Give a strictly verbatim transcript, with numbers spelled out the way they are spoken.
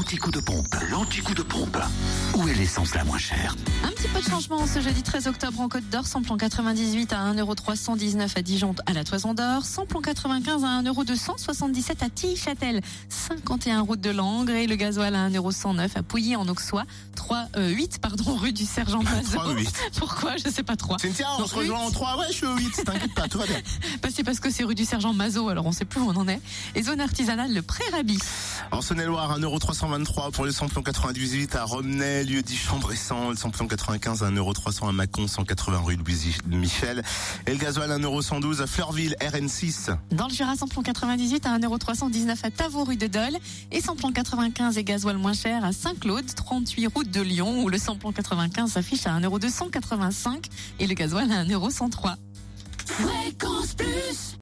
l'anti-coup de pompe. L'anti-coup de pompe. Où est l'essence la moins chère? Un petit peu de changement ce jeudi treize octobre en Côte d'Or. Samplon quatre-vingt-dix-huit à un euro trois cent dix-neuf à Dijon à la Toison d'Or. Samplon quatre-vingt-quinze à un euro deux cent soixante-dix-sept à Tille-Châtel. cinquante et un route de Langres. Et le gasoil à un euro cent neuf à Pouilly en Auxois. trois, euh, huit, pardon, rue du Sergent Mazot. trois, huit. Pourquoi? Je sais pas trop. Cynthia, on se rejoint en trois. Ouais, je suis au huit. T'inquiète pas, tout va bien. Bah, c'est parce que c'est rue du Sergent Mazot, alors on sait plus où on en est. Et zone artisanale, le Pré-Rabi. En Saône-et-Loire, un euro trois cent vingt-trois pour le samplon quatre-vingt-dix-huit à Romney, lieu dit Chambressan. Le samplon quatre-vingt-quinze à un euro trois cents à Mâcon, cent quatre-vingts rue Louis Michel. Et le gasoil un euro cent douze à Fleurville, R N six. Dans le Jura, samplon quatre-vingt-dix-huit à un euro trois cent dix-neuf à Tavaux, rue de Dole. Et samplon quatre-vingt-quinze et gasoil moins cher à Saint-Claude, trente-huit route de Lyon, où le samplon quatre-vingt-quinze s'affiche à un euro deux cent quatre-vingt-cinq et le gasoil à un euro cent trois. Fréquence Plus.